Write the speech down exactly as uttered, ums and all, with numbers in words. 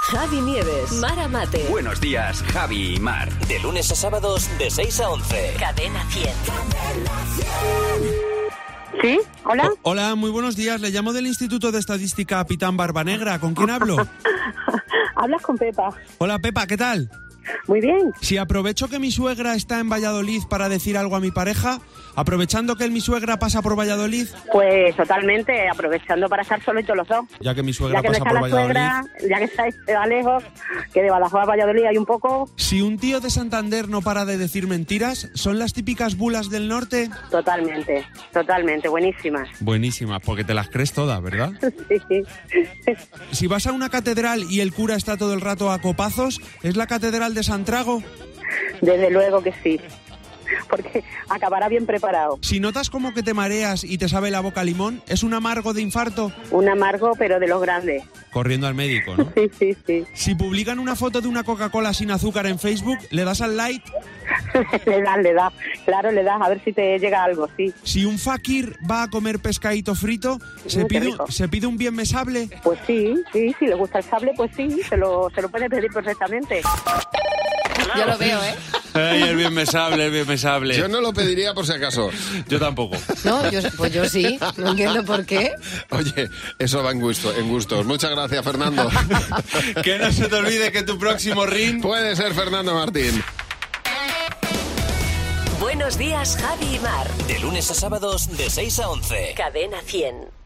Javi Nieves, Mar Amate. Buenos días, Javi y Mar. De lunes a sábados de seis a once. Cadena cien. ¿Sí? ¿Hola? O- hola, muy buenos días. Le llamo del Instituto de Estadística Pitán Barbanegra. ¿Con quién hablo? Hablas con Pepa. Hola, Pepa, ¿qué tal? Muy bien. Si aprovecho que mi suegra está en Valladolid para decir algo a mi pareja, aprovechando que mi suegra pasa por Valladolid, Pues totalmente, aprovechando para estar solitos los dos. ya que mi suegra Ya que no pasa está por la Valladolid. suegra, ya que está se va lejos, que de Badajoz a Valladolid hay un poco. Si un tío de Santander no para de decir mentiras, ¿son las típicas bulas del norte? Totalmente, totalmente, buenísimas. Buenísimas, porque te las crees todas, ¿verdad? Sí. Si vas a una catedral y el cura está todo el rato a copazos, ¿es la catedral de Santrago? Desde luego que sí. Porque acabará bien preparado. Si notas como que te mareas y te sabe la boca a limón, ¿es un amargo de infarto? Un amargo, pero de los grandes. Corriendo al médico, ¿no? Sí, sí, sí. Si publican una foto de una Coca-Cola sin azúcar en Facebook, ¿le das al like? Le das, le das. Claro, le das, a ver si te llega algo, sí. Si un fakir va a comer pescadito frito, ¿se Mm, qué pide, rico. ¿se pide un bien me sable? Pues sí, sí, si le gusta el sable, pues sí, se lo, se lo puede pedir perfectamente. Yo lo veo, ¿eh? Ay, el bien me sable, el bien me sable. Yo no lo pediría por si acaso. Yo tampoco. No, yo, pues yo sí. No entiendo por qué. Oye, eso va en gusto, en gustos. Muchas gracias, Fernando. Que no se te olvide que tu próximo ring... Puede ser Fernando Martín. Buenos días, Javi y Mar. De lunes a sábados de seis a once. Cadena cien.